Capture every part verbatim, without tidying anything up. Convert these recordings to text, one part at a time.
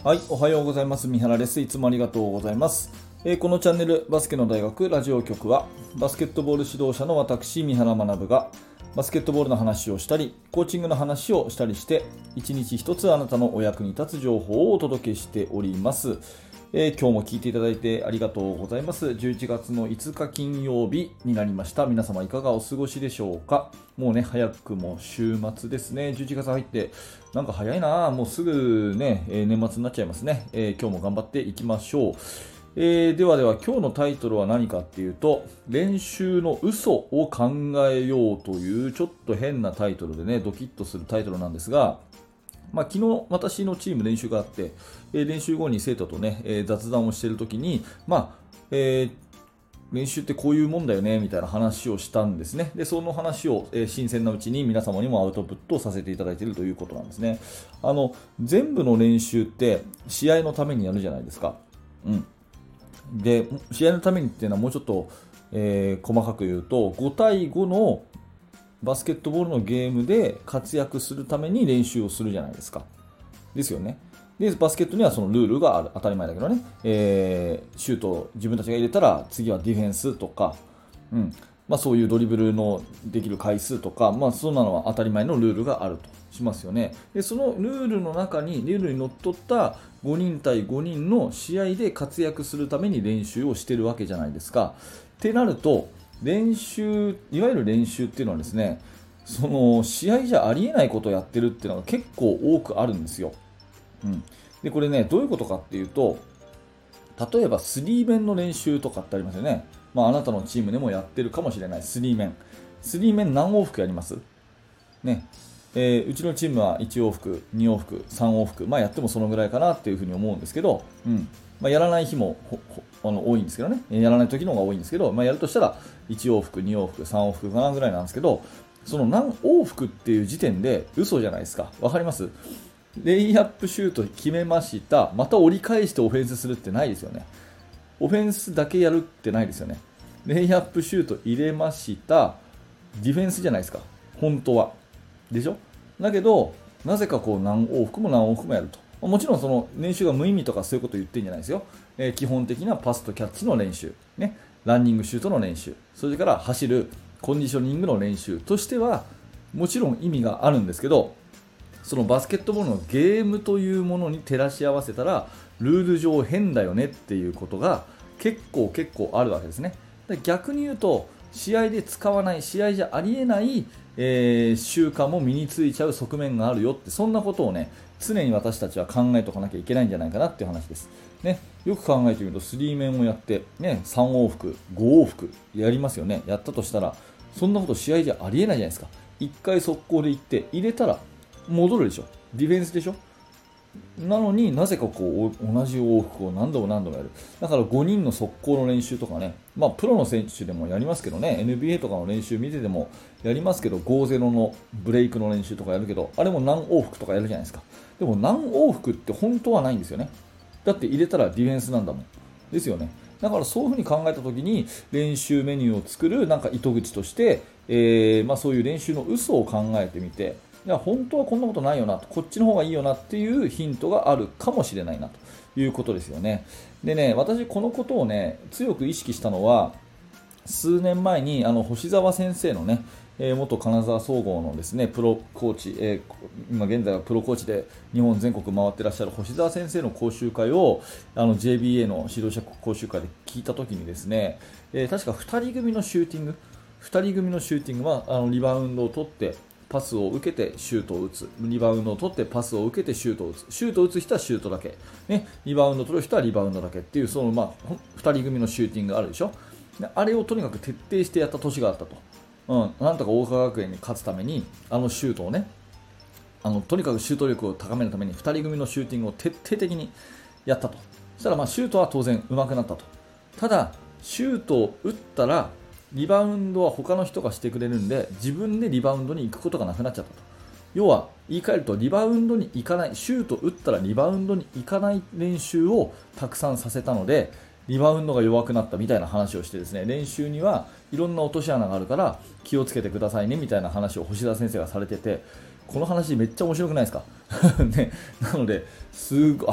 はい、おはようございます。三原です。いつもありがとうございます。えーこのチャンネルバスケの大学ラジオ局はバスケットボール指導者の私三原学がバスケットボールの話をしたりコーチングの話をしたりして一日一つあなたのお役に立つ情報をお届けしております。えー今日も聞いていただいてありがとうございます。じゅういちがつのいつか金曜日になりました。皆様いかがお過ごしでしょうか。もうね、早くも週末ですね。じゅういちがつ入ってなんか早いな。もうすぐね、えー年末になっちゃいますね。えー今日も頑張っていきましょう。えーではでは今日のタイトルは何かっていうと、練習の嘘を考えようというちょっと変なタイトルでね、ドキッとするタイトルなんですが、まあ、昨日私のチーム練習があって、えー練習後に生徒とね、えー雑談をしているときに、まあえー練習ってこういうもんだよねみたいな話をしたんですね。で、その話を、えー新鮮なうちに皆様にもアウトプットをさせていただいているということなんですね。あの全部の練習って試合のためにやるじゃないですか。うん。で、試合のためにっていうのはもうちょっと、えー細かく言うとご対ごのバスケットボールのゲームで活躍するために練習をするじゃないですか。ですよね。で、バスケットにはそのルールがある。当たり前だけどね。えーシュートを自分たちが入れたら次はディフェンスとか、うん。まあそういうドリブルのできる回数とか、まあそんなのは当たり前のルールがあるとしますよね。で、そのルールの中に、ルールにのっとったごにん対ごにんの試合で活躍するために練習をしてるわけじゃないですか。ってなると、練習、いわゆる練習っていうのはですね、その試合じゃありえないことをやってるっていうのが結構多くあるんですよ。うん、でこれね、どういうことかっていうと、例えばスリーメンの練習とかってありますよね。まあ、あなたのチームでもやってるかもしれないスリーメン。スリーメン何往復やりますね。えーうちのチームはいち往復、に往復、さん往復、まあやってもそのぐらいかなっていうふうに思うんですけど、うんまあ、やらない日もほほあの多いんですけどね、やらない時の方が多いんですけど、まあ、やるとしたらいち往復、に往復、さん往復かなぐらいなんですけど、その何往復っていう時点で嘘じゃないですか。わかります？レイアップシュート決めました、また折り返してオフェンスするってないですよね。オフェンスだけやるってないですよね。レイアップシュート入れました、ディフェンスじゃないですか、本当は。でしょ。だけど、なぜかこう何往復も何往復もやると。もちろんその練習が無意味とかそういうことを言ってるんじゃないですよ。えー基本的なパスとキャッチの練習、ね、ランニングシュートの練習、それから走るコンディショニングの練習としてはもちろん意味があるんですけど、そのバスケットボールのゲームというものに照らし合わせたらルール上変だよねっていうことが結構結構あるわけですね。で逆に言うと、試合で使わない、試合じゃありえない、えー習慣も身についちゃう側面があるよって、そんなことをね、常に私たちは考えておかなきゃいけないんじゃないかなっていう話です。ね、よく考えてみるとスリーメンをやって、ね、さん往復、ご往復やりますよね。やったとしたらそんなこと試合じゃありえないじゃないですか。いっかい速攻で行って入れたら戻るでしょ。ディフェンスでしょ。なのになぜかこう同じ往復を何度も何度もやる。だからごにんの速攻の練習とかね、まあプロの選手でもやりますけどね、エヌビーエー とかの練習見ててもやりますけど、ごたいゼロのブレイクの練習とかやるけど、あれも何往復とかやるじゃないですか。でも何往復って本当はないんですよね。だって入れたらディフェンスなんだもん。ですよね。だからそういうふうに考えたときに練習メニューを作るなんか糸口として、えーまあ、そういう練習の嘘を考えてみて、いや本当はこんなことないよなと、こっちの方がいいよなっていうヒントがあるかもしれないなということですよね。でね、私このことをね強く意識したのは、数年前にあの星沢先生のね、えー元金沢総合のですねプロコーチ、えー今現在はプロコーチで日本全国回ってらっしゃる星沢先生の講習会をあの ジェイビーエー の指導者講習会で聞いたときにですね、えー確かふたり組のシューティングふたり組のシューティングはあのリバウンドを取ってパスを受けてシュートを打つ、リバウンドを取ってパスを受けてシュートを打つ、シュートを打つ人はシュートだけ、ね、リバウンドを取る人はリバウンドだけっていうその、まあ、ふたり組のシューティングがあるでしょ。であれをとにかく徹底してやった年があったと、うん、なんとか大川学園に勝つためにあのシュートをね、あのとにかくシュート力を高めるためにふたり組のシューティングを徹底的にやったと。そしたらまあシュートは当然上手くなったと。ただシュートを打ったらリバウンドは他の人がしてくれるんで、自分でリバウンドに行くことがなくなっちゃったと。要は言い換えると、リバウンドに行かない、シュート打ったらリバウンドに行かない練習をたくさんさせたので、リバウンドが弱くなったみたいな話をしてですね、練習にはいろんな落とし穴があるから気をつけてくださいねみたいな話を星田先生がされてて、この話めっちゃ面白くないですかね。なのですごい、あ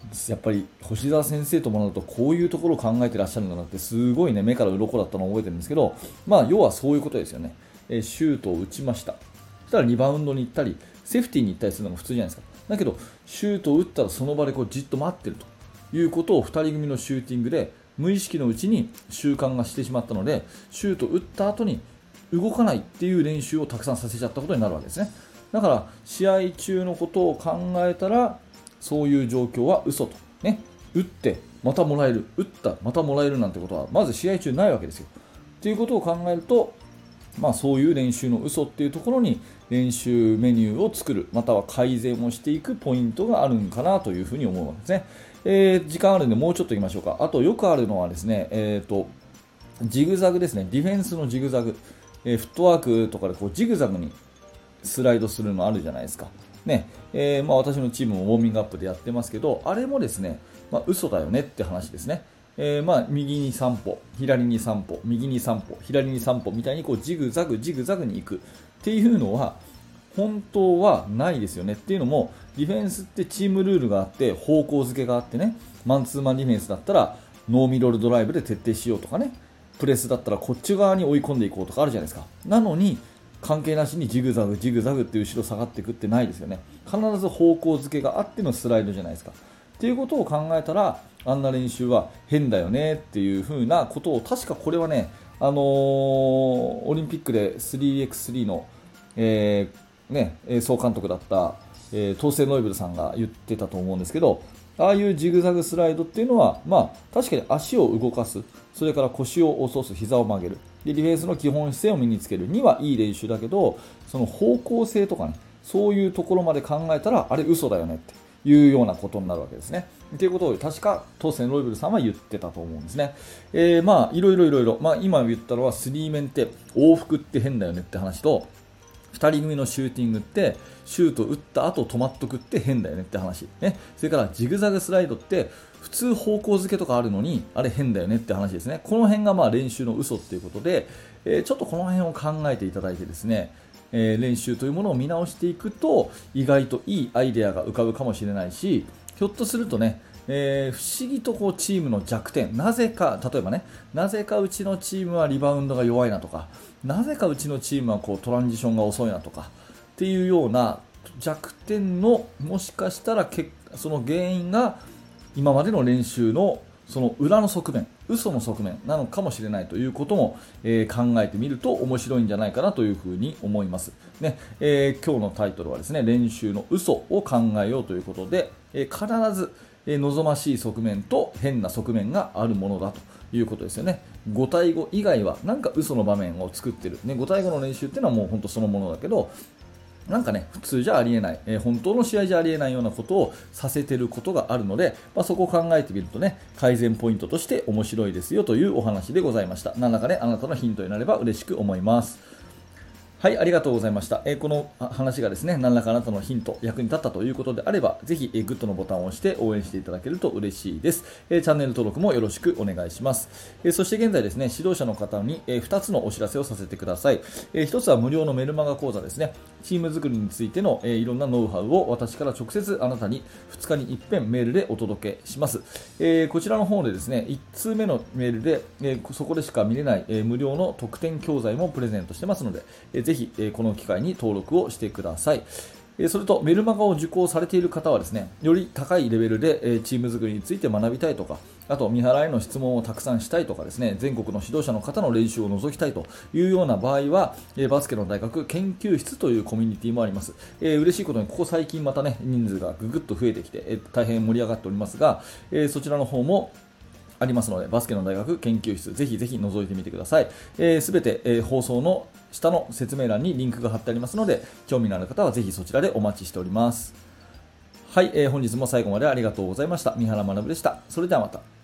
やっぱり星沢先生ともなるとこういうところを考えてらっしゃるんだなってすごいね目から鱗だったのを覚えてるんですけど、まあ要はそういうことですよね。えーシュートを打ちました。そしたらリバウンドに行ったりセーフティーに行ったりするのが普通じゃないですか。だけどシュートを打ったらその場でこうじっと待ってるということをふたり組のシューティングで無意識のうちに習慣がしてしまったので、シュートを打った後に動かないっていう練習をたくさんさせちゃったことになるわけですね。だから試合中のことを考えたらそういう状況は嘘と、ね、打ってまたもらえる、打ったまたもらえるなんてことはまず試合中ないわけですよ。ということを考えると、まあ、そういう練習の嘘っていうところに練習メニューを作るまたは改善をしていくポイントがあるんかなというふうに思うわけですね。えー時間あるんでもうちょっと言いましょうか。あとよくあるのはですね、えーとジグザグですね。ディフェンスのジグザグ、えーフットワークとかでこうジグザグにスライドするのあるじゃないですか。ねえーまあ、私のチームもウォーミングアップでやってますけど、あれもですね、まあ、嘘だよねって話ですね。えーまあ、右にさん歩、左にさん歩、右にさん歩、左にさん歩みたいにこうジグザグジグザグに行くっていうのは本当はないですよね。っていうのもディフェンスってチームルールがあって方向づけがあってね、マンツーマンディフェンスだったらノーミドルドライブで徹底しようとかね、プレスだったらこっち側に追い込んでいこうとかあるじゃないですか。なのに関係なしにジグザグジグザグって後ろ下がっていくってないですよね。必ず方向づけがあってのスライドじゃないですか。っていうことを考えたらあんな練習は変だよねっていう風なことを、確かこれはね、あのーオリンピックで スリーエックススリー の、えーね、総監督だった、えー、東西ノイブルさんが言ってたと思うんですけど、ああいうジグザグスライドっていうのは、まあ、確かに足を動かす、それから腰を落とす、膝を曲げる、でディフェンスの基本姿勢を身につけるにはいい練習だけど、その方向性とかね、そういうところまで考えたらあれ嘘だよねっていうようなことになるわけですね。ということを確か東西ノイブルさんは言ってたと思うんですね。えー、まあいろいろいろいろ、まあ、今言ったのはスリーメンって往復って変だよねって話と、ふたり組のシューティングってシュート打った後止まっとくって変だよねって話、ね、それからジグザグスライドって普通方向づけとかあるのにあれ変だよねって話ですね。この辺がまあ練習の嘘っていうことで、えー、ちょっとこの辺を考えていただいてですね、えー、練習というものを見直していくと意外といいアイデアが浮かぶかもしれないし、ひょっとするとね、えー、不思議とこうチームの弱点、なぜか例えばね、なぜかうちのチームはリバウンドが弱いなとか、なぜかうちのチームはこうトランジションが遅いなとかっていうような弱点のもしかしたらけその原因が今までの練習のその裏の側面、嘘の側面なのかもしれないということも、えー、考えてみると面白いんじゃないかなというふうに思います、ねえー、今日のタイトルはですね、練習の嘘を考えようということで、えー、必ず、えー、望ましい側面と変な側面があるものだということですよね。ご対ご以外はなんか嘘の場面を作ってる、ね、ご対ごの練習っていうのはもう本当そのものだけど、なんかね、普通じゃありえない、えー、本当の試合じゃありえないようなことをさせてることがあるので、まあ、そこを考えてみるとね、改善ポイントとして面白いですよというお話でございました。何らかね、あなたのヒントになれば嬉しく思います。はい、ありがとうございました。えー、この話がですね、何らかあなたのヒント、役に立ったということであれば、ぜひ、えー、グッドのボタンを押して応援していただけると嬉しいです。えー、チャンネル登録もよろしくお願いします。えー、そして現在ですね、指導者の方に、えー、ふたつのお知らせをさせてください。えー、ひとつは無料のメルマガ講座ですね。チーム作りについての、えー、いろんなノウハウを私から直接あなたにふつかにいっぺんメールでお届けします。えー、こちらの方でですね、いっつうめのメールで、えー、そこでしか見れない、えー、無料の特典教材もプレゼントしてますので、えー、ぜひ、えー、この機会に登録をしてください。それとメルマガを受講されている方はですね、より高いレベルでチーム作りについて学びたいとか、あと三原への質問をたくさんしたいとかですね、全国の指導者の方の練習を覗きたいというような場合は、バスケの大学研究室というコミュニティもあります。えー、嬉しいことにここ最近またね、人数がぐぐっと増えてきて、えー、大変盛り上がっておりますが、えー、そちらの方もありますので、バスケの大学研究室、ぜひぜひ覗いてみてください。す、えー、べ、て、えー、放送の下の説明欄にリンクが貼ってありますので、興味のある方はぜひそちらでお待ちしております。はい、えー、本日も最後までありがとうございました。三原学でした。それではまた。